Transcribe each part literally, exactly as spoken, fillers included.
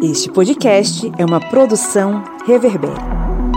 Este podcast é uma produção Reverber.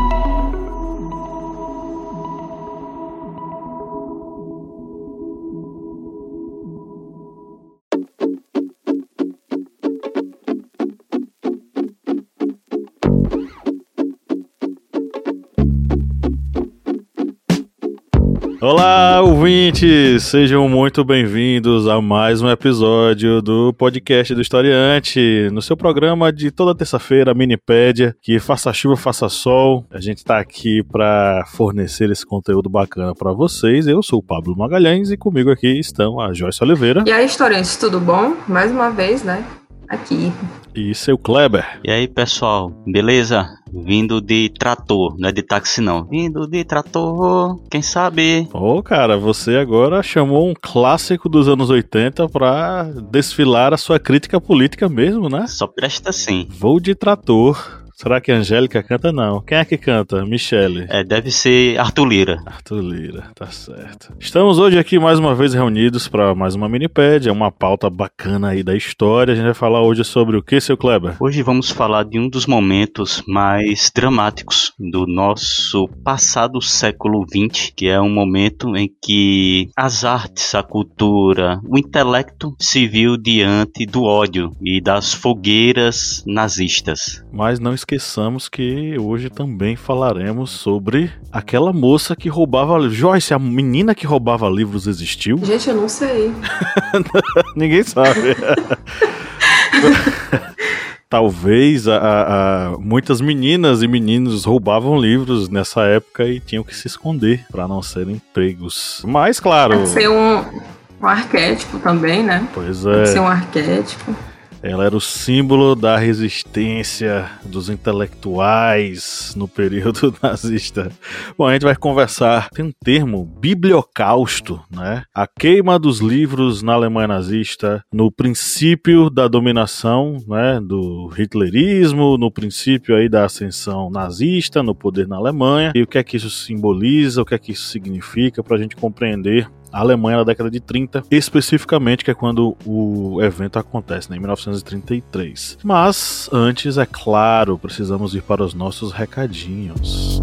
Olá, ouvintes! Sejam muito bem-vindos a mais um episódio do podcast do Historiante, no seu programa de toda terça-feira, Minipédia, que faça chuva, faça sol. A gente tá aqui para fornecer esse conteúdo bacana para vocês. Eu sou o Pablo Magalhães e comigo aqui estão a Joyce Oliveira. E aí, historiantes, tudo bom? Mais uma vez, né? Aqui. E seu Kleber. E aí, pessoal, beleza? Vindo de trator, não é de táxi não. Vindo de trator, quem sabe? Ô, cara, você agora chamou um clássico dos anos oitenta pra desfilar a sua crítica política mesmo, né? Só presta sim. Vou de trator. Será que a Angélica canta? Não. Quem é que canta? Michele. É, deve ser Arthur Lira. Arthur Lira, tá certo. Estamos hoje aqui mais uma vez reunidos para mais uma minipédia, uma pauta bacana aí da história. A gente vai falar hoje sobre o que, seu Kleber? Hoje vamos falar de um dos momentos mais dramáticos do nosso passado século vinte, que é um momento em que as artes, a cultura, o intelecto se viu diante do ódio e das fogueiras nazistas. Mas não esqueçamos que hoje também falaremos sobre aquela moça que roubava livros. Joyce, a menina que roubava livros existiu? Gente, eu não sei. Ninguém sabe. Talvez a, a, a, muitas meninas e meninos roubavam livros nessa época e tinham que se esconder para não serem pegos. Mas, claro... Pode ser um, um arquétipo também, né? Pois é. Pode ser um arquétipo. Ela era o símbolo da resistência dos intelectuais no período nazista. Bom, a gente vai conversar, tem um termo, bibliocausto, né? A queima dos livros na Alemanha nazista, no princípio da dominação, né, do hitlerismo, no princípio aí da ascensão nazista, no poder na Alemanha, e o que é que isso simboliza, o que é que isso significa, para a gente compreender a Alemanha na década de trinta, especificamente, que é quando o evento acontece, né, em mil novecentos e trinta e três. Mas, antes, é claro, precisamos ir para os nossos recadinhos.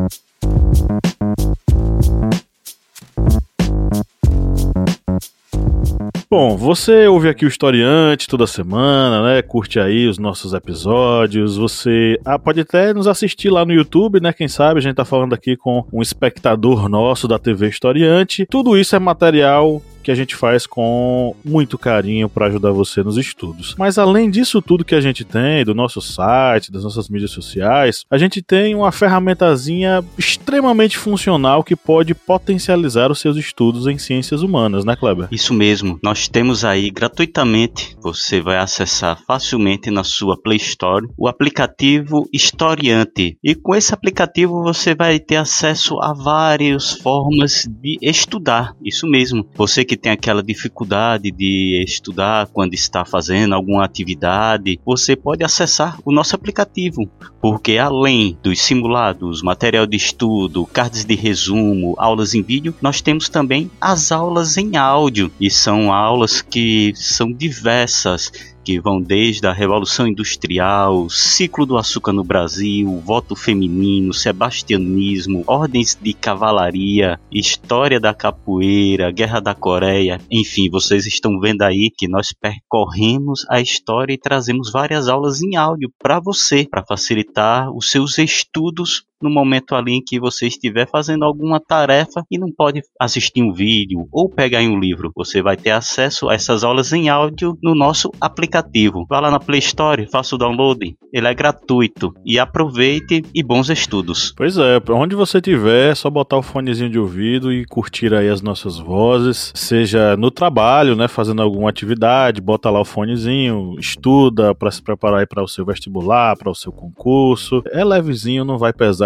Bom, você ouve aqui o Historiante toda semana, né? Curte aí os nossos episódios. Você ah, pode até nos assistir lá no YouTube, né? Quem sabe a gente tá falando aqui com um espectador nosso da T V Historiante. Tudo isso é material que a gente faz com muito carinho para ajudar você nos estudos. Mas além disso tudo que a gente tem, do nosso site, das nossas mídias sociais, a gente tem uma ferramentazinha extremamente funcional que pode potencializar os seus estudos em ciências humanas, né, Kleber? Isso mesmo. Nós temos aí gratuitamente, você vai acessar facilmente na sua Play Store, o aplicativo Historiante. E com esse aplicativo você vai ter acesso a várias formas de estudar. Isso mesmo. Você que que tem aquela dificuldade de estudar quando está fazendo alguma atividade, você pode acessar o nosso aplicativo, porque além dos simulados, material de estudo, cards de resumo, aulas em vídeo, nós temos também as aulas em áudio, e são aulas que são diversas, que vão desde a Revolução Industrial, ciclo do açúcar no Brasil, voto feminino, sebastianismo, ordens de cavalaria, história da capoeira, guerra da Coreia, enfim, vocês estão vendo aí que nós percorremos a história e trazemos várias aulas em áudio para você, para facilitar os seus estudos no momento ali em que você estiver fazendo alguma tarefa e não pode assistir um vídeo ou pegar em um livro. Você vai ter acesso a essas aulas em áudio no nosso aplicativo. Vá lá na Play Store, faça o download. Ele é gratuito. E aproveite e bons estudos. Pois é, onde você estiver, é só botar o fonezinho de ouvido e curtir aí as nossas vozes. Seja no trabalho, né, fazendo alguma atividade, bota lá o fonezinho, estuda para se preparar aí para o seu vestibular, para o seu concurso. É levezinho, não vai pesar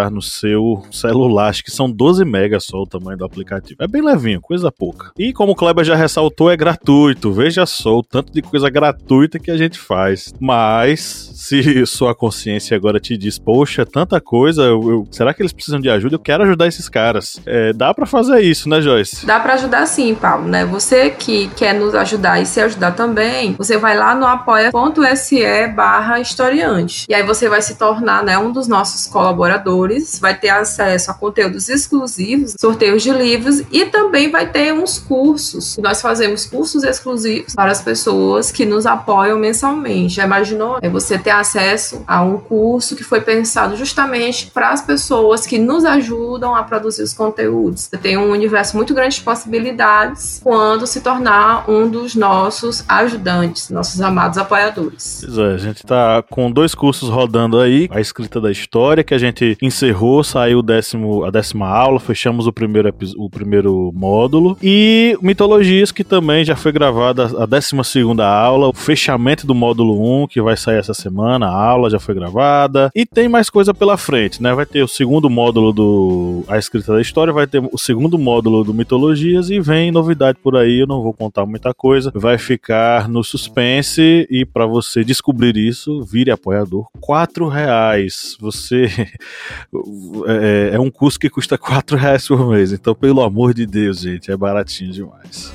rodar no seu celular. Acho que são doze megas só o tamanho do aplicativo. É bem levinho, coisa pouca. E como o Kleber já ressaltou, é gratuito. Veja só o tanto de coisa gratuita que a gente faz. Mas, se sua consciência agora te diz, poxa, tanta coisa, eu, eu, será que eles precisam de ajuda? Eu quero ajudar esses caras. É, dá pra fazer isso, né, Joyce? Dá pra ajudar sim, Paulo, né? Você que quer nos ajudar e se ajudar também, você vai lá no apoia.se barra historiante. E aí você vai se tornar, né, um dos nossos colaboradores, vai ter acesso a conteúdos exclusivos, sorteios de livros e também vai ter uns cursos. Nós fazemos cursos exclusivos para as pessoas que nos apoiam mensalmente. Já imaginou? É você ter acesso a um curso que foi pensado justamente para as pessoas que nos ajudam a produzir os conteúdos. Você tem um universo muito grande de possibilidades quando se tornar um dos nossos ajudantes, nossos amados apoiadores. Pois é, a gente tá com dois cursos rodando aí, a escrita da história, que a gente encerrou, saiu o décimo, a décima aula, fechamos o primeiro, o primeiro módulo, e mitologias, que também já foi gravada a décima segunda aula, o fechamento do módulo um, que vai sair essa semana, a aula já foi gravada, e tem mais coisa pela frente, né? Vai ter o segundo módulo do A Escrita da História, vai ter o segundo módulo do Mitologias, e vem novidade por aí, eu não vou contar muita coisa, vai ficar no suspense, e para você descobrir isso, vire apoiador, quatro reais, você é, é um curso que custa quatro reais por mês, então pelo amor de Deus, gente, é baratinho demais.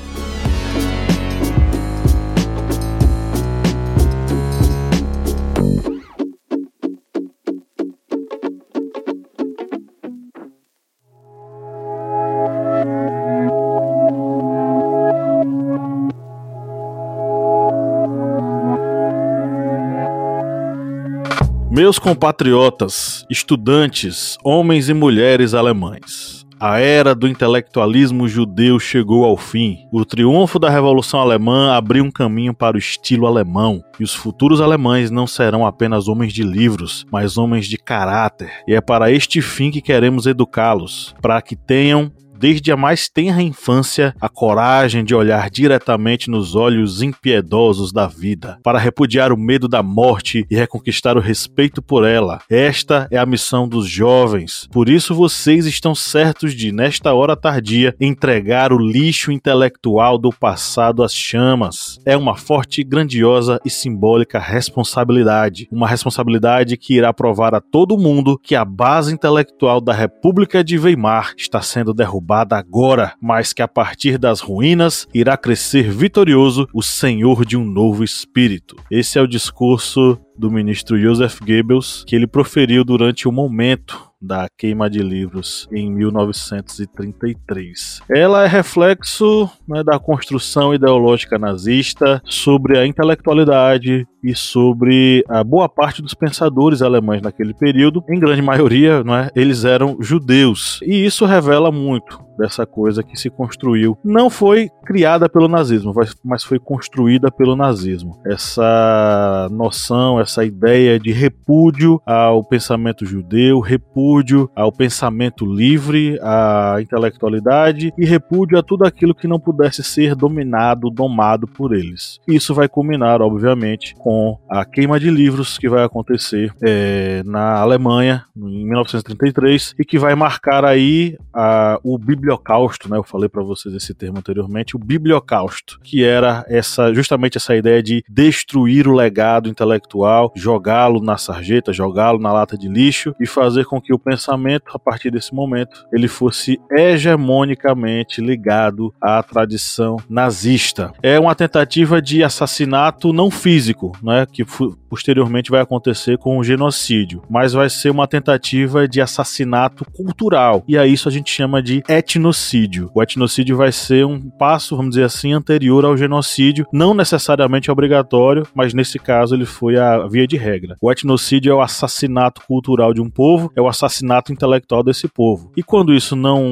Meus compatriotas, estudantes, homens e mulheres alemães, a era do intelectualismo judeu chegou ao fim. O triunfo da Revolução Alemã abriu um caminho para o estilo alemão, e os futuros alemães não serão apenas homens de livros, mas homens de caráter. E é para este fim que queremos educá-los, para que tenham, desde a mais tenra infância, a coragem de olhar diretamente nos olhos impiedosos da vida, para repudiar o medo da morte e reconquistar o respeito por ela. Esta é a missão dos jovens. Por isso vocês estão certos de, nesta hora tardia, entregar o lixo intelectual do passado às chamas. É uma forte, grandiosa e simbólica responsabilidade. Uma responsabilidade que irá provar a todo mundo que a base intelectual da República de Weimar está sendo derrubada agora, mas que a partir das ruínas irá crescer vitorioso o senhor de um novo espírito. Esse é o discurso do ministro Joseph Goebbels, que ele proferiu durante o momento da queima de livros em mil novecentos e trinta e três. Ela é reflexo, né, da construção ideológica nazista sobre a intelectualidade e sobre a boa parte dos pensadores alemães naquele período. Em grande maioria, né, eles eram judeus. E isso revela muito dessa coisa que se construiu. Não foi criada pelo nazismo, mas foi construída pelo nazismo. Essa noção, essa ideia de repúdio ao pensamento judeu, repúdio ao pensamento livre, à intelectualidade e repúdio a tudo aquilo que não pudesse ser dominado, domado por eles. Isso vai culminar, obviamente, com a queima de livros que vai acontecer é, na Alemanha em mil novecentos e trinta e três e que vai marcar aí a, o bibliocausto, né? Eu falei para vocês esse termo anteriormente, o bibliocausto, que era essa, justamente essa ideia de destruir o legado intelectual, jogá-lo na sarjeta, jogá-lo na lata de lixo e fazer com que o pensamento, a partir desse momento, ele fosse hegemonicamente ligado à tradição nazista. É uma tentativa de assassinato não físico, né, que posteriormente vai acontecer com o genocídio, mas vai ser uma tentativa de assassinato cultural, e a isso a gente chama de etnocídio. O etnocídio vai ser um passo, vamos dizer assim, anterior ao genocídio, não necessariamente obrigatório, mas nesse caso ele foi a via de regra. O etnocídio é o assassinato cultural de um povo, é o assassinato intelectual desse povo. E quando isso não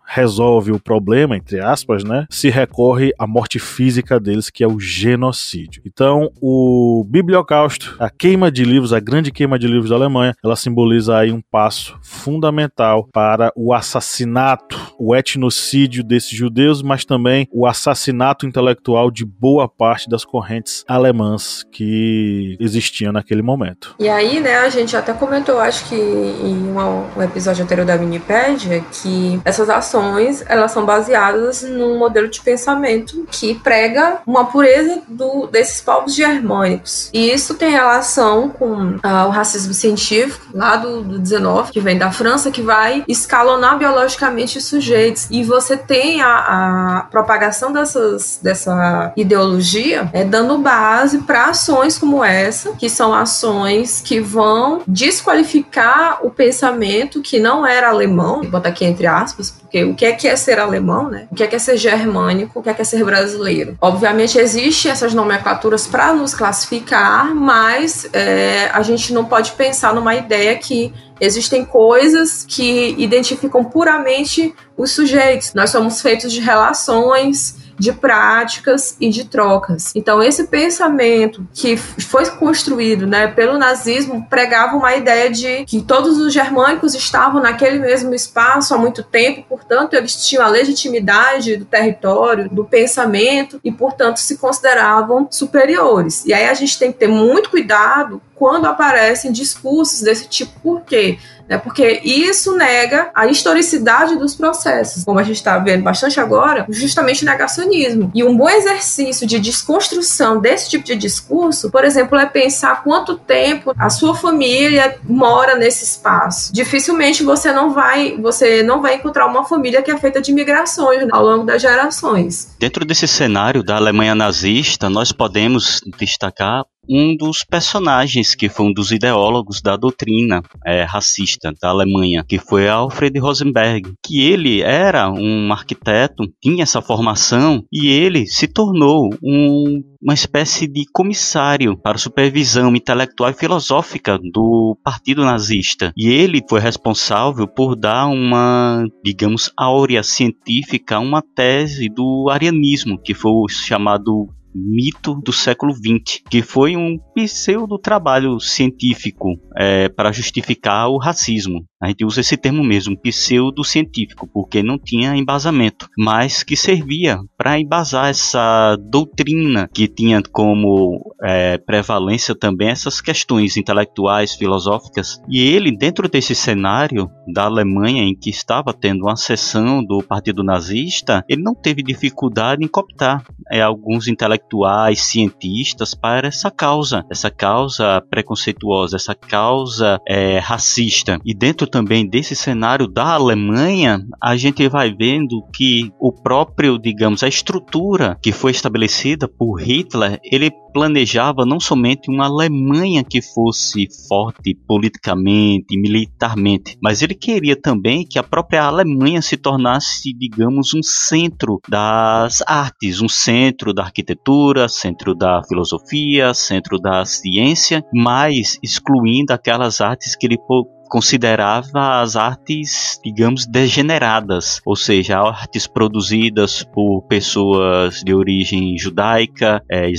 resolve o problema, entre aspas, né, se recorre à morte física deles, que é o genocídio. Então, o Bibliocausto, a queima de livros, a grande queima de livros da Alemanha, ela simboliza aí um passo fundamental para o assassinato, o etnocídio desses judeus, mas também o assassinato intelectual de boa parte das correntes alemãs que existiam naquele momento. E aí, né, a gente até comentou, acho que em uma, um episódio anterior da Minipédia, que essas ações, elas são baseadas num modelo de pensamento que prega uma pureza do, desses povos germânicos. E isso tem relação com uh, o racismo científico, lá do, do dezenove, que vem da França, que vai escalonar biologicamente os sujeitos. E você tem a, a propagação dessas, dessa ideologia é, dando base para ações como essa, que são ações que vão desqualificar o pensamento que não era alemão, vou botar aqui entre aspas, porque o que é que é ser alemão, né? O que é que é ser germânico, o que é que é ser brasileiro. Obviamente existem essas nomenclaturas para nos classificar, mas é, a gente não pode pensar numa ideia que existem coisas que identificam puramente os sujeitos. Nós somos feitos de relações, de práticas e de trocas. Então, esse pensamento que foi construído, né, pelo nazismo pregava uma ideia de que todos os germânicos estavam naquele mesmo espaço há muito tempo, portanto, eles tinham a legitimidade do território, do pensamento e, portanto, se consideravam superiores. E aí a gente tem que ter muito cuidado quando aparecem discursos desse tipo. Por quê? Né? Porque isso nega a historicidade dos processos, como a gente está vendo bastante agora, justamente o negacionismo. E um bom exercício de desconstrução desse tipo de discurso, por exemplo, é pensar quanto tempo a sua família mora nesse espaço. Dificilmente você não vai, você não vai encontrar uma família que é feita de migrações, né, ao longo das gerações. Dentro desse cenário da Alemanha nazista, nós podemos destacar um dos personagens que foi um dos ideólogos da doutrina é, racista da Alemanha, que foi Alfred Rosenberg, que ele era um arquiteto, tinha essa formação e ele se tornou um, uma espécie de comissário para supervisão intelectual e filosófica do partido nazista. E ele foi responsável por dar uma, digamos, áurea científica a uma tese do arianismo, que foi o chamado mito do século vinte, que foi um pseudo trabalho científico é, para justificar o racismo. A gente usa esse termo mesmo, pseudo-científico, porque não tinha embasamento, mas que servia para embasar essa doutrina que tinha como é, prevalência também essas questões intelectuais, filosóficas. E ele, dentro desse cenário da Alemanha, em que estava tendo uma seção do partido nazista, ele não teve dificuldade em cooptar é, alguns intelectuais, cientistas para essa causa, essa causa preconceituosa, essa causa é, racista. E dentro também desse cenário da Alemanha, a gente vai vendo que o próprio, digamos, a estrutura que foi estabelecida por Hitler, ele planejava não somente uma Alemanha que fosse forte politicamente, militarmente, mas ele queria também que a própria Alemanha se tornasse, digamos, um centro das artes, um centro da arquitetura, centro da filosofia, centro da ciência, mas excluindo aquelas artes que ele considerava as artes, digamos, degeneradas, ou seja, artes produzidas por pessoas de origem judaica, é,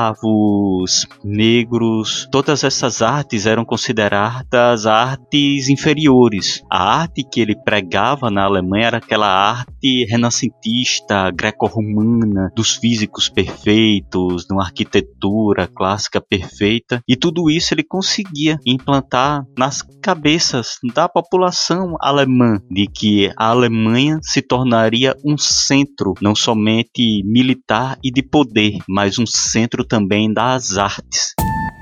eslavos, negros. Todas essas artes eram consideradas artes inferiores. A arte que ele pregava na Alemanha era aquela arte renascentista, greco-romana, dos físicos perfeitos, de uma arquitetura clássica perfeita, e tudo isso ele conseguia implantar nas cabeças da população alemã, de que a Alemanha se tornaria um centro não somente militar e de poder, mas um centro também das artes.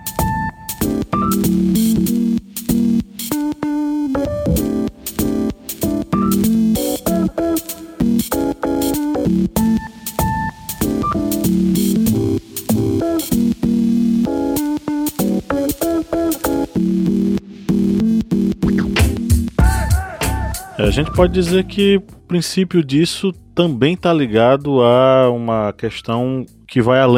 A gente pode dizer que o princípio disso também está ligado a uma questão que vai além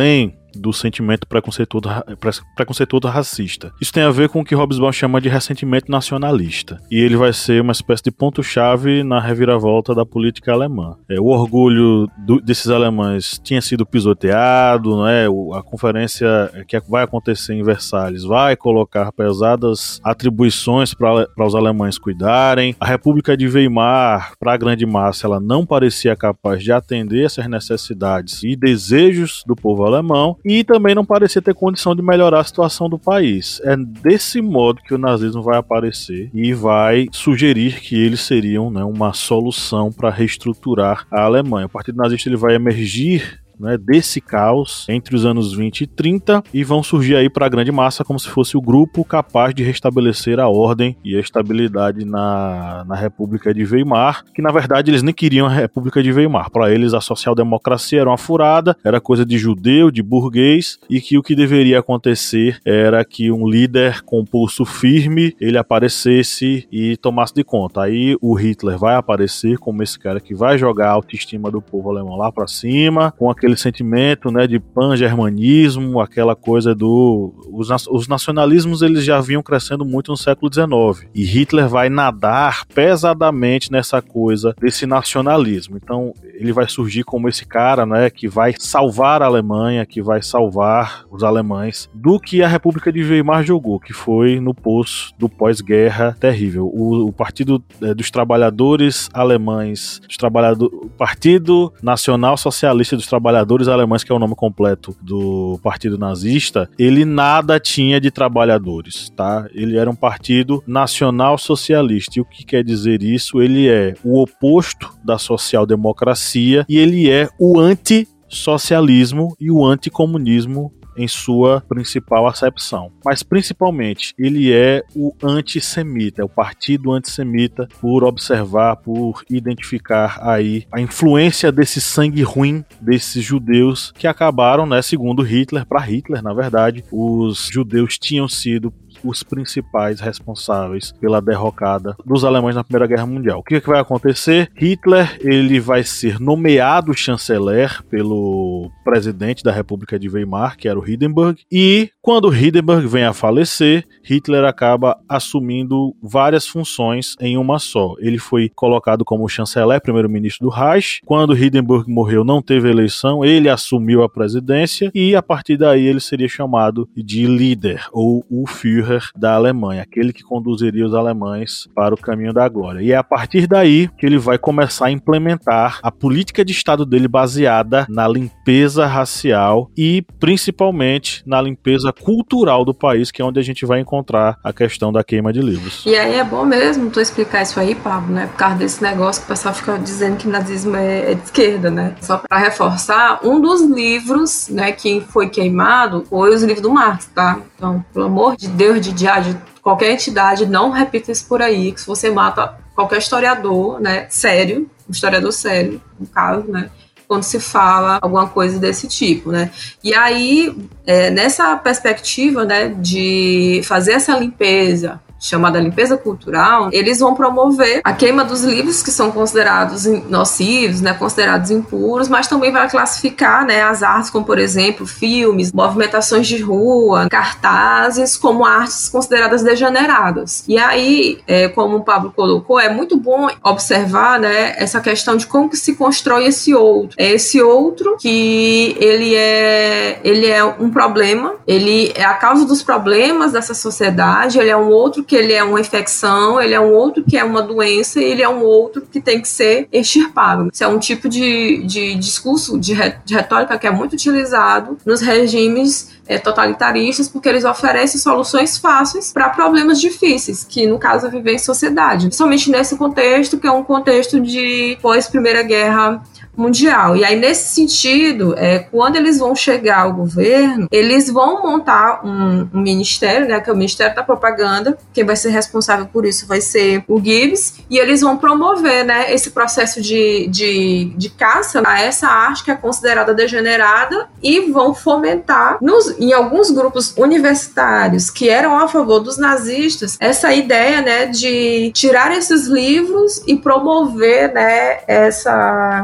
do sentimento preconceituoso, preconceituoso racista. Isso tem a ver com o que Hobsbawm chama de ressentimento nacionalista. E ele vai ser uma espécie de ponto-chave na reviravolta da política alemã. É, o orgulho do, desses alemães tinha sido pisoteado, não é? O, a conferência que vai acontecer em Versalhes vai colocar pesadas atribuições para os alemães cuidarem. A República de Weimar, para a grande massa, ela não parecia capaz de atender essas necessidades e desejos do povo alemão e também não parecia ter condição de melhorar a situação do país. É desse modo que o nazismo vai aparecer e vai sugerir que eles seriam, né, uma solução para reestruturar a Alemanha. O Partido Nazista ele vai emergir, né, desse caos entre os anos vinte e trinta e vão surgir aí para a grande massa como se fosse o grupo capaz de restabelecer a ordem e a estabilidade na, na República de Weimar, que na verdade eles nem queriam a República de Weimar. Para eles a social-democracia era uma furada, era coisa de judeu, de burguês, e que o que deveria acontecer era que um líder com pulso firme, ele aparecesse e tomasse de conta. Aí o Hitler vai aparecer como esse cara que vai jogar a autoestima do povo alemão lá para cima, com aquele sentimento, né, de pan-germanismo, aquela coisa do... Os, os nacionalismos eles já vinham crescendo muito no século dezenove. E Hitler vai nadar pesadamente nessa coisa desse nacionalismo. Então, ele vai surgir como esse cara, né, que vai salvar a Alemanha, que vai salvar os alemães do que a República de Weimar jogou, que foi no poço do pós-guerra terrível. O, o Partido é, dos Trabalhadores Alemães, dos trabalhador, o Partido Nacional Socialista dos Trabalhadores Alemães, que é o nome completo do partido nazista, ele nada tinha de trabalhadores, tá? Ele era um partido nacional socialista. E o que quer dizer isso? Ele é o oposto da social-democracia e ele é o antissocialismo e o anticomunismo em sua principal acepção. Mas principalmente ele é o antissemita, é o partido antissemita, por observar, por identificar aí a influência desse sangue ruim desses judeus que acabaram, né, segundo Hitler, para Hitler, na verdade, os judeus tinham sido os principais responsáveis pela derrocada dos alemães na Primeira Guerra Mundial. O que, é que vai acontecer? Hitler ele vai ser nomeado chanceler pelo presidente da República de Weimar, que era o Hindenburg, e quando Hindenburg vem a falecer, Hitler acaba assumindo várias funções em uma só. Ele foi colocado como chanceler, primeiro-ministro do Reich. Quando Hindenburg morreu, não teve eleição, ele assumiu a presidência e a partir daí ele seria chamado de líder, ou o Führer da Alemanha, aquele que conduziria os alemães para o caminho da glória. E é a partir daí que ele vai começar a implementar a política de Estado dele baseada na limpeza racial e principalmente na limpeza cultural do país, que é onde a gente vai encontrar a questão da queima de livros. E aí é bom mesmo tu explicar isso aí, Pablo, né? Por causa desse negócio que o pessoal fica dizendo que nazismo é, é de esquerda, né? Só para reforçar, um dos livros, né, que foi queimado foi os livros do Marx, tá? Então, pelo amor de Deus, de diário, de qualquer entidade, não repita isso por aí, que se você mata qualquer historiador, né, sério, um historiador sério, no caso, né, quando se fala alguma coisa desse tipo, né, e aí, é, nessa perspectiva, né, de fazer essa limpeza, chamada limpeza cultural, eles vão promover a queima dos livros que são considerados nocivos, né, considerados impuros, mas também vai classificar, né, as artes como, por exemplo, filmes, movimentações de rua, cartazes, como artes consideradas degeneradas. E aí, é, como o Pablo colocou, é muito bom observar, né, essa questão de como que se constrói esse outro. É esse outro que ele é, ele é um problema, ele é a causa dos problemas dessa sociedade, ele é um outro que ele é uma infecção, ele é um outro que é uma doença, e ele é um outro que tem que ser extirpado. Isso é um tipo de, de discurso, de, re, de retórica que é muito utilizado nos regimes é, totalitaristas, porque eles oferecem soluções fáceis para problemas difíceis, que no caso é viver em sociedade. Principalmente nesse contexto, que é um contexto de pós-Primeira Guerra Mundial. E aí, nesse sentido, é, quando eles vão chegar ao governo, eles vão montar um, um ministério, né, que é o Ministério da Propaganda. Quem vai ser responsável por isso vai ser o Gibbs, e eles vão promover, né, esse processo de, de, de caça a essa arte que é considerada degenerada, e vão fomentar nos, em alguns grupos universitários que eram a favor dos nazistas essa ideia, né, de tirar esses livros e promover, né, essa, essa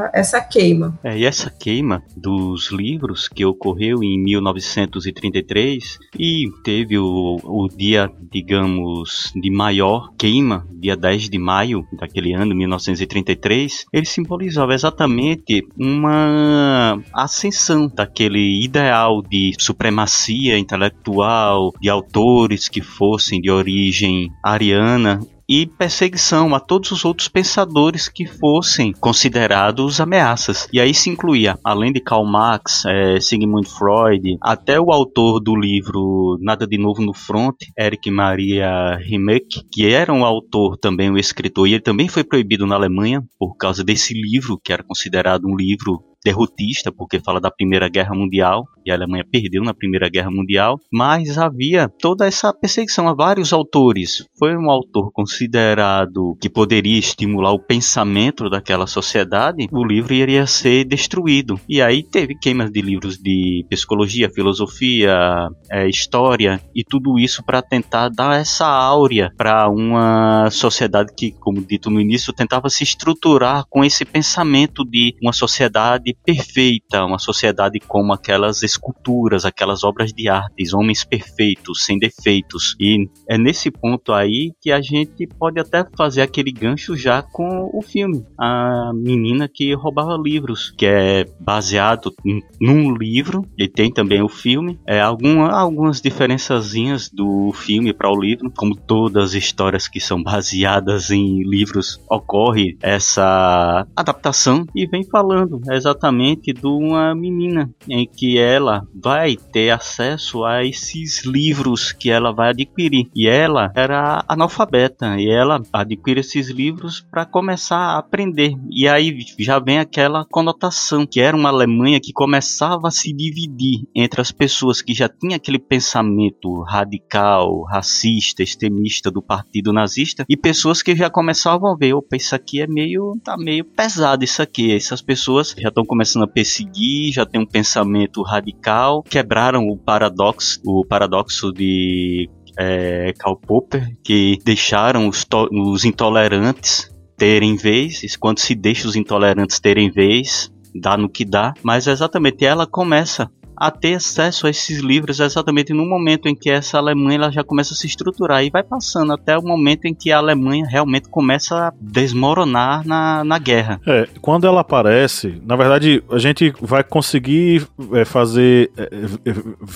queima. É, e essa queima dos livros que ocorreu em mil novecentos e trinta e três e teve o, o dia, digamos, de maior queima, dia dez de maio daquele ano, mil novecentos e trinta e três, ele simbolizava exatamente uma ascensão daquele ideal de supremacia intelectual, de autores que fossem de origem ariana, e perseguição a todos os outros pensadores que fossem considerados ameaças. E aí se incluía, além de Karl Marx, é, Sigmund Freud, até o autor do livro Nada de Novo no Front, Erich Maria Remarque, que era um autor também, um escritor, e ele também foi proibido na Alemanha por causa desse livro, que era considerado um livro derrotista, porque fala da Primeira Guerra Mundial, e a Alemanha perdeu na Primeira Guerra Mundial, mas havia toda essa perseguição a vários autores. Foi um autor considerado que poderia estimular o pensamento daquela sociedade, o livro iria ser destruído. E aí teve queimas de livros de psicologia, filosofia, é, história, e tudo isso para tentar dar essa áurea para uma sociedade que, como dito no início, tentava se estruturar com esse pensamento de uma sociedade perfeita, uma sociedade como aquelas esculturas, aquelas obras de arte, homens perfeitos, sem defeitos. E é nesse ponto aí que a gente pode até fazer aquele gancho já com o filme, a menina que roubava livros, que é baseado em, num livro, e tem também o filme. É, alguma, algumas diferençazinhas do filme para o livro, como todas as histórias que são baseadas em livros, ocorre essa adaptação e vem falando exatamente de uma menina em que ela vai ter acesso a esses livros que ela vai adquirir. E ela era analfabeta e ela adquire esses livros para começar a aprender. E aí já vem aquela conotação que era uma Alemanha que começava a se dividir entre as pessoas que já tinham aquele pensamento radical, racista, extremista do partido nazista e pessoas que já começavam a ver, opa, isso aqui é meio, tá meio pesado isso aqui. Essas pessoas já estão começando a perseguir, já tem um pensamento radical, quebraram o paradoxo, o paradoxo de é, Karl Popper, que deixaram os, to- os intolerantes terem vez, e quando se deixa os intolerantes terem vez, dá no que dá, mas exatamente ela começa a ter acesso a esses livros exatamente no momento em que essa Alemanha ela já começa a se estruturar e vai passando até o momento em que a Alemanha realmente começa a desmoronar na, na guerra. É, quando ela aparece, na verdade a gente vai conseguir é, fazer é, é,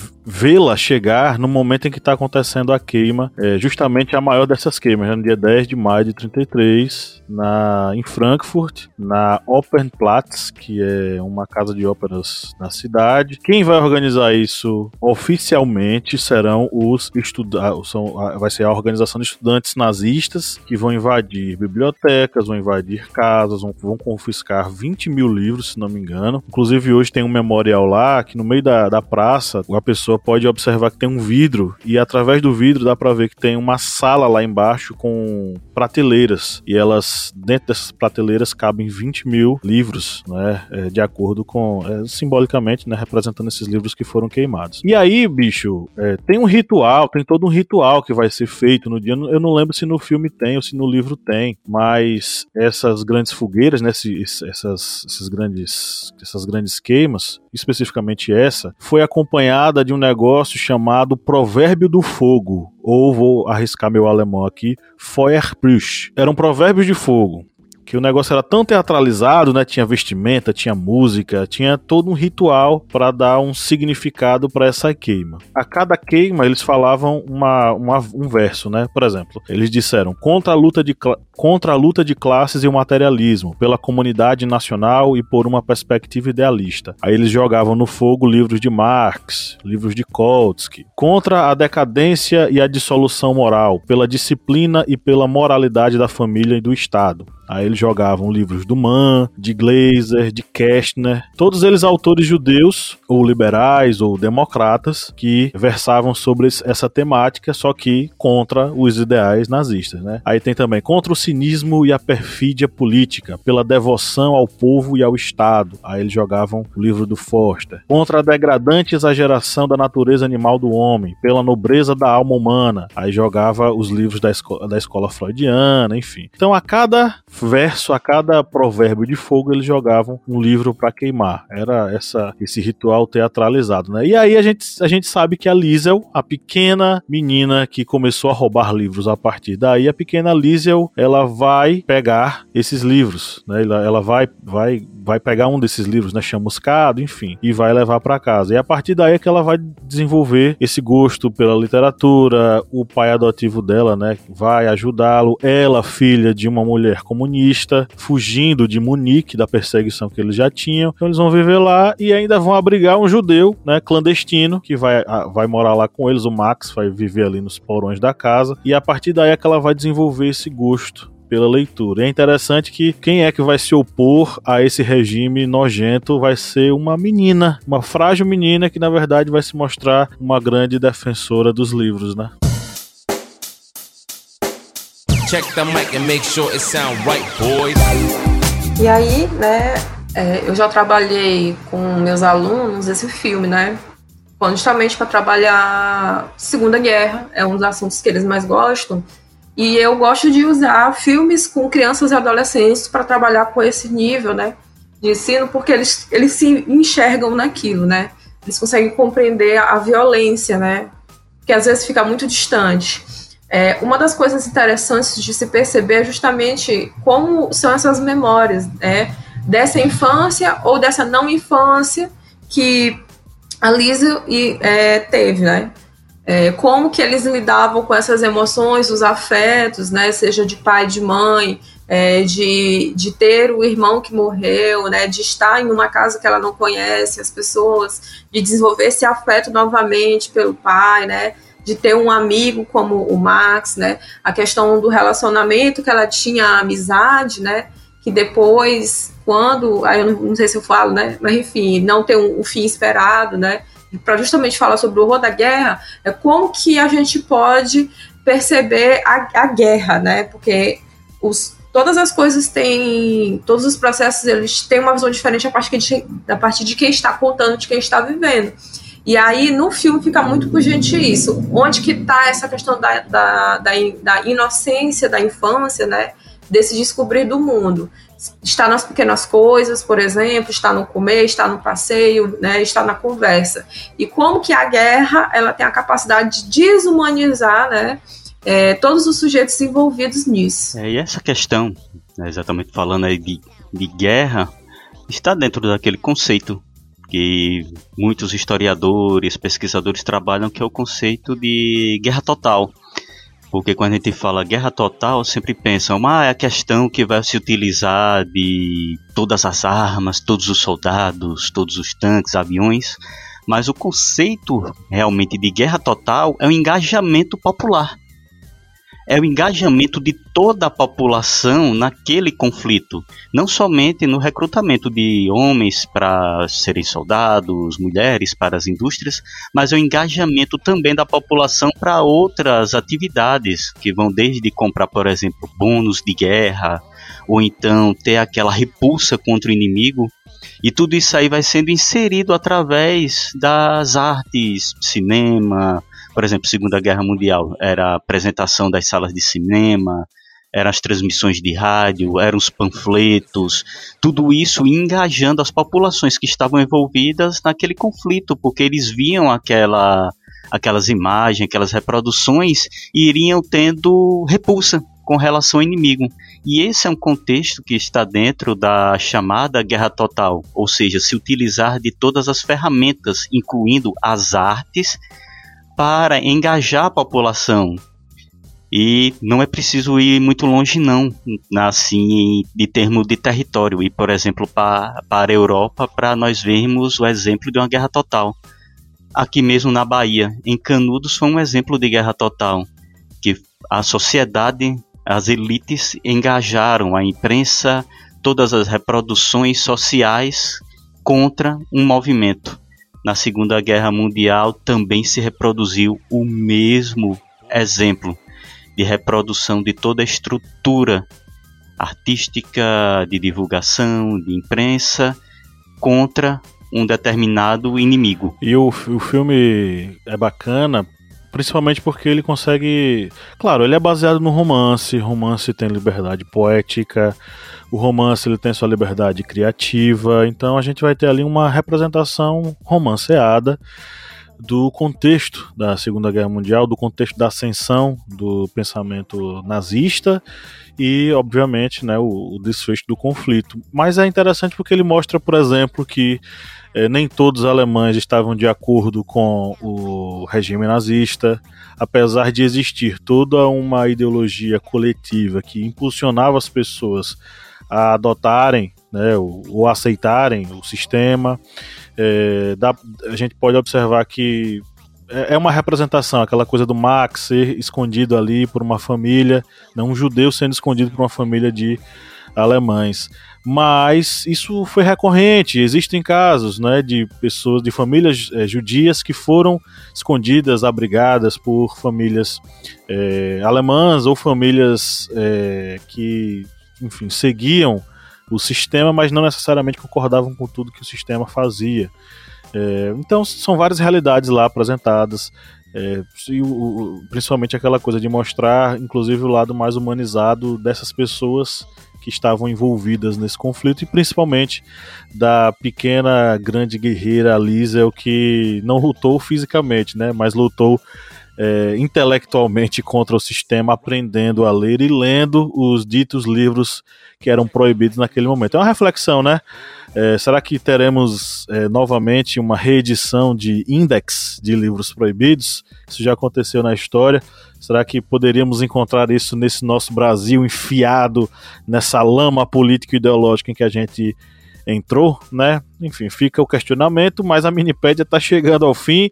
vê-la chegar no momento em que está acontecendo a queima, é, justamente a maior dessas queimas, no dia dez de maio de trinta e três, na, em Frankfurt, na Opernplatz, que é uma casa de óperas na cidade. Quem vai organizar isso oficialmente serão os estudantes, vai ser a organização de estudantes nazistas que vão invadir bibliotecas, vão invadir casas, vão, vão confiscar vinte mil livros, se não me engano. Inclusive hoje tem um memorial lá que no meio da, da praça a pessoa pode observar que tem um vidro e através do vidro dá pra ver que tem uma sala lá embaixo com prateleiras e elas, dentro dessas prateleiras cabem vinte mil livros, né, é, de acordo com, é, simbolicamente, né, representando esses livros que foram queimados. E aí, bicho, é, tem um ritual, tem todo um ritual que vai ser feito no dia. Eu não lembro se no filme tem ou se no livro tem, mas essas grandes fogueiras, né, esses, essas, esses grandes, essas grandes queimas, especificamente essa, foi acompanhada de um negócio chamado Provérbio do Fogo, ou vou arriscar meu alemão aqui, Feuersbrüche. Eram provérbios de fogo. Que o negócio era tão teatralizado, né? Tinha vestimenta, tinha música, tinha todo um ritual para dar um significado para essa queima. A cada queima eles falavam uma, uma, um verso, né? Por exemplo, eles disseram contra a luta de contra a luta de classes e o materialismo, pela comunidade nacional e por uma perspectiva idealista. Aí eles jogavam no fogo livros de Marx, livros de Kautsky, contra a decadência e a dissolução moral, pela disciplina e pela moralidade da família e do Estado. Aí eles jogavam livros do Mann, de Glaser, de Kästner, todos eles autores judeus, ou liberais, ou democratas, que versavam sobre essa temática, só que contra os ideais nazistas, né? Aí tem também contra o cinismo e a perfídia política, pela devoção ao povo e ao Estado. Aí eles jogavam o livro do Forster. Contra a degradante exageração da natureza animal do homem, pela nobreza da alma humana. Aí jogava os livros da escola, da escola freudiana, enfim. Então a cada verso, a cada provérbio de fogo, eles jogavam um livro para queimar. Era essa, esse ritual teatralizado, né? E aí a gente, a gente sabe que a Liesel, a pequena menina que começou a roubar livros a partir daí, a pequena Liesel, ela vai pegar esses livros, né? Ela, ela vai, vai, vai pegar um desses livros, né? Chamuscado, enfim, e vai levar para casa. E a partir daí é que ela vai desenvolver esse gosto pela literatura. O pai adotivo dela, né, vai ajudá-lo. Ela, filha de uma mulher comunista, fugindo de Munique, da perseguição que eles já tinham. Então eles vão viver lá e ainda vão abrigar um judeu, né, clandestino, que vai, a, vai morar lá com eles. O Max vai viver ali nos porões da casa. E a partir daí é que ela vai desenvolver esse gosto pela leitura. É interessante que quem é que vai se opor a esse regime nojento vai ser uma menina, uma frágil menina que na verdade vai se mostrar uma grande defensora dos livros, né? Check the mic and make sure it sound right, boys. E aí, né, é, eu já trabalhei com meus alunos esse filme, né, justamente para trabalhar Segunda Guerra, é um dos assuntos que eles mais gostam. E eu gosto de usar filmes com crianças e adolescentes para trabalhar com esse nível, né, de ensino, porque eles, eles se enxergam naquilo, né? Eles conseguem compreender a violência, né? Que às vezes fica muito distante. É, uma das coisas interessantes de se perceber é justamente como são essas memórias, né, dessa infância ou dessa não infância que a Liesel é, teve, né? É, como que eles lidavam com essas emoções, os afetos, né, seja de pai, de mãe, é, de, de ter o irmão que morreu, né, de estar em uma casa que ela não conhece as pessoas, de desenvolver esse afeto novamente pelo pai, né, de ter um amigo como o Max, né, a questão do relacionamento que ela tinha, a amizade, né, que depois, quando, aí eu não, não sei se eu falo, né, mas enfim, não ter um, um fim esperado, né, para justamente falar sobre o horror da guerra, é como que a gente pode perceber a, a guerra, né? Porque os, todas as coisas têm, todos os processos, eles têm uma visão diferente a partir de, a partir de quem está contando, de quem está vivendo. E aí, no filme, fica muito pungente isso. Onde que está essa questão da, da, da, da inocência da infância, né? Desse descobrir do mundo. Está nas pequenas coisas, por exemplo, está no comer, está no passeio, né, está na conversa. E como que a guerra ela tem a capacidade de desumanizar, né, é, todos os sujeitos envolvidos nisso. É, e essa questão, né, exatamente falando aí de, de guerra, está dentro daquele conceito que muitos historiadores, pesquisadores trabalham, que é o conceito de guerra total. Porque quando a gente fala guerra total, sempre pensam, ah, é a questão que vai se utilizar de todas as armas, todos os soldados, todos os tanques, aviões. Mas o conceito realmente de guerra total é o engajamento popular. É o engajamento de toda a população naquele conflito. Não somente no recrutamento de homens para serem soldados, mulheres para as indústrias, mas é o engajamento também da população para outras atividades, que vão desde comprar, por exemplo, bônus de guerra, ou então ter aquela repulsa contra o inimigo. E tudo isso aí vai sendo inserido através das artes, cinema. Por exemplo, Segunda Guerra Mundial era a apresentação das salas de cinema, eram as transmissões de rádio, eram os panfletos, tudo isso engajando as populações que estavam envolvidas naquele conflito, porque eles viam aquela, aquelas imagens, aquelas reproduções e iriam tendo repulsa com relação ao inimigo. E esse é um contexto que está dentro da chamada guerra total, ou seja, se utilizar de todas as ferramentas, incluindo as artes, para engajar a população. E não é preciso ir muito longe não, assim, de termo de território, ir, por exemplo, para, para a Europa, para nós vermos o exemplo de uma guerra total. Aqui mesmo na Bahia, em Canudos, foi um exemplo de guerra total, que a sociedade, as elites engajaram a imprensa, todas as reproduções sociais contra um movimento. Na Segunda Guerra Mundial também se reproduziu o mesmo exemplo de reprodução de toda a estrutura artística, de divulgação, de imprensa, contra um determinado inimigo. E o, o filme é bacana principalmente porque ele consegue... Claro, ele é baseado no romance, romance tem liberdade poética, o romance ele tem sua liberdade criativa, então a gente vai ter ali uma representação romanceada do contexto da Segunda Guerra Mundial, do contexto da ascensão do pensamento nazista e, obviamente, né, o, o desfecho do conflito. Mas é interessante porque ele mostra, por exemplo, que eh, nem todos os alemães estavam de acordo com o regime nazista, apesar de existir toda uma ideologia coletiva que impulsionava as pessoas a adotarem, né, ou, ou aceitarem o sistema. É, dá, a gente pode observar que é, é uma representação, aquela coisa do Max ser escondido ali por uma família, não um judeu sendo escondido por uma família de alemães. Mas isso foi recorrente, existem casos, né, de pessoas, de famílias é, judias que foram escondidas, abrigadas por famílias é, alemãs ou famílias é, que, enfim, seguiam o sistema, mas não necessariamente concordavam com tudo que o sistema fazia. É, então são várias realidades lá apresentadas, é, e o, o, principalmente aquela coisa de mostrar, inclusive, o lado mais humanizado dessas pessoas que estavam envolvidas nesse conflito, e principalmente da pequena grande guerreira Liesel, que não lutou fisicamente, né, mas lutou É, intelectualmente contra o sistema, aprendendo a ler e lendo os ditos livros que eram proibidos naquele momento. É uma reflexão, né? É, será que teremos é, novamente uma reedição de Index de livros proibidos? Isso já aconteceu na história. Será que poderíamos encontrar isso nesse nosso Brasil enfiado nessa lama político-ideológica em que a gente entrou, né? Enfim, fica o questionamento, mas a Minipédia está chegando ao fim.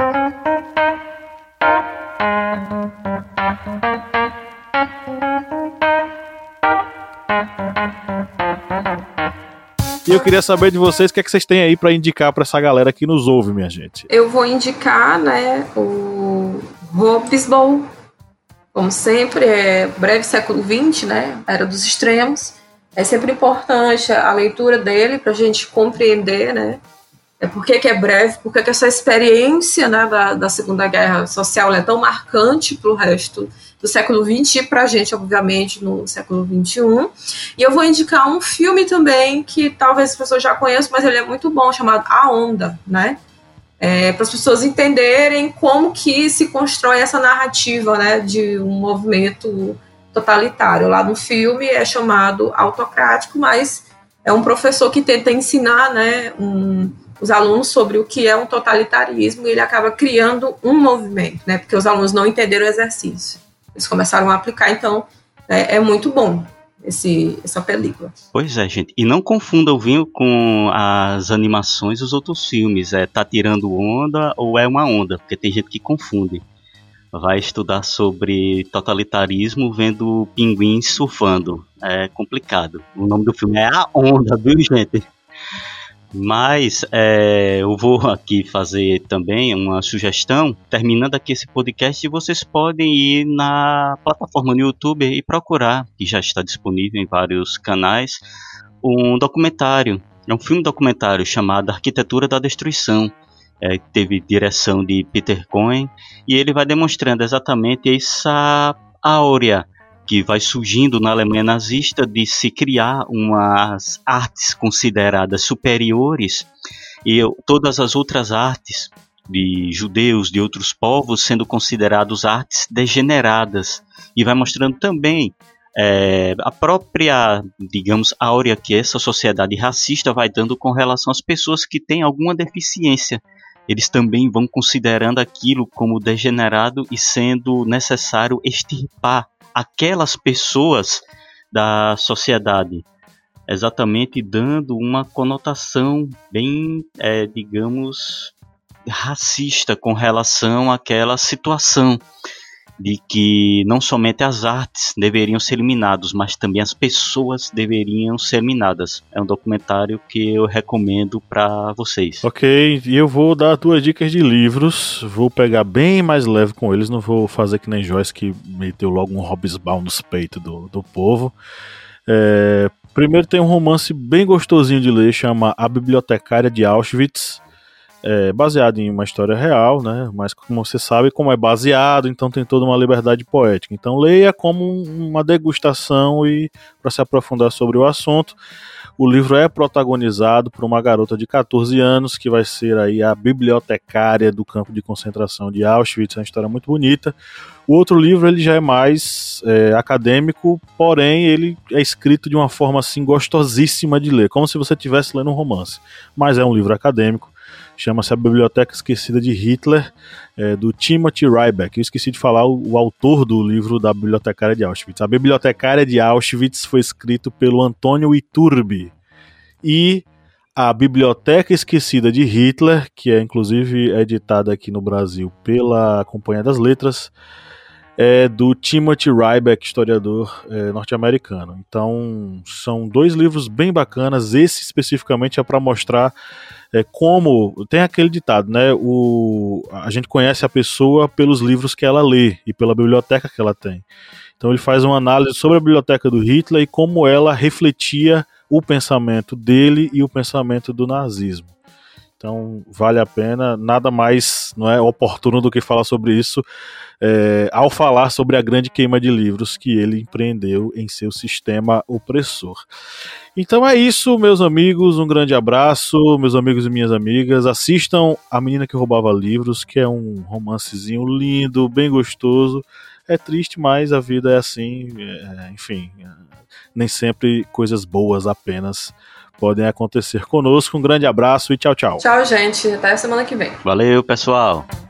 E eu queria saber de vocês o que é que vocês têm aí para indicar para essa galera que nos ouve, minha gente. Eu vou indicar, né, o Hobsbawm, como sempre, é breve século vinte, né, Era dos Extremos. É sempre importante a leitura dele para a gente compreender, né, é por que que é breve, por que que essa experiência, né, da, da Segunda Guerra Social é tão marcante para o resto do século vinte e para a gente, obviamente, no século vinte e um. E eu vou indicar um filme também que talvez as pessoas já conheçam, mas ele é muito bom, chamado A Onda, né? É, para as pessoas entenderem como que se constrói essa narrativa, né, de um movimento totalitário. Lá no filme é chamado Autocrático, mas é um professor que tenta ensinar, né, um, os alunos sobre o que é um totalitarismo, e ele acaba criando um movimento, né, porque os alunos não entenderam o exercício. Eles começaram a aplicar, então é, é muito bom esse, essa película. Pois é, gente. E não confunda o vinho com as animações dos outros filmes. É Tá Tirando Onda ou É Uma Onda, porque tem gente que confunde. Vai estudar sobre totalitarismo vendo pinguins surfando. É complicado. O nome do filme é A Onda, viu, gente? Mas é, eu vou aqui fazer também uma sugestão. Terminando aqui esse podcast, vocês podem ir na plataforma no YouTube e procurar, que já está disponível em vários canais, um documentário. É um filme documentário chamado Arquitetura da Destruição. É, teve direção de Peter Cohen, e ele vai demonstrando exatamente essa áurea que vai surgindo na Alemanha nazista de se criar umas artes consideradas superiores e todas as outras artes de judeus, de outros povos, sendo consideradas artes degeneradas. E vai mostrando também é, a própria, digamos, áurea que essa sociedade racista vai dando com relação às pessoas que têm alguma deficiência. Eles também vão considerando aquilo como degenerado e sendo necessário extirpar aquelas pessoas da sociedade, exatamente dando uma conotação bem, é, digamos, racista com relação àquela situação de que não somente as artes deveriam ser eliminadas, mas também as pessoas deveriam ser eliminadas. É um documentário que eu recomendo para vocês. Ok, e eu vou dar duas dicas de livros, vou pegar bem mais leve com eles, não vou fazer que nem Joyce, que meteu logo um Hobsbawm nos peitos do, do povo. É, primeiro tem um romance bem gostosinho de ler, chama A Bibliotecária de Auschwitz. é baseado em uma história real, né? Mas como você sabe, como é baseado, então tem toda uma liberdade poética. Então leia como uma degustação e para se aprofundar sobre o assunto. O livro é protagonizado por uma garota de catorze anos, que vai ser aí a bibliotecária do campo de concentração de Auschwitz. É uma história muito bonita. O outro livro ele já é mais é, acadêmico, porém ele é escrito de uma forma assim gostosíssima de ler, como se você estivesse lendo um romance. Mas é um livro acadêmico, chama-se A Biblioteca Esquecida de Hitler, é, do Timothy Rybeck. Eu esqueci de falar o, o autor do livro da Bibliotecária de Auschwitz. A Bibliotecária de Auschwitz foi escrito pelo Antônio Iturbi. E A Biblioteca Esquecida de Hitler, que é inclusive editada aqui no Brasil pela Companhia das Letras, é do Timothy Rybeck, historiador é, norte-americano. Então, são dois livros bem bacanas. Esse especificamente é para mostrar é, como... Tem aquele ditado, né? O, a gente conhece a pessoa pelos livros que ela lê e pela biblioteca que ela tem. Então, ele faz uma análise sobre a biblioteca do Hitler e como ela refletia o pensamento dele e o pensamento do nazismo. Então, vale a pena, nada mais não é oportuno do que falar sobre isso é, ao falar sobre a grande queima de livros que ele empreendeu em seu sistema opressor. Então é isso, meus amigos, um grande abraço, meus amigos e minhas amigas. Assistam A Menina que Roubava Livros, que é um romancezinho lindo, bem gostoso. É triste, mas a vida é assim, é, enfim, é, nem sempre coisas boas apenas podem acontecer conosco. Um grande abraço e tchau, tchau. Tchau, gente. Até semana que vem. Valeu, pessoal.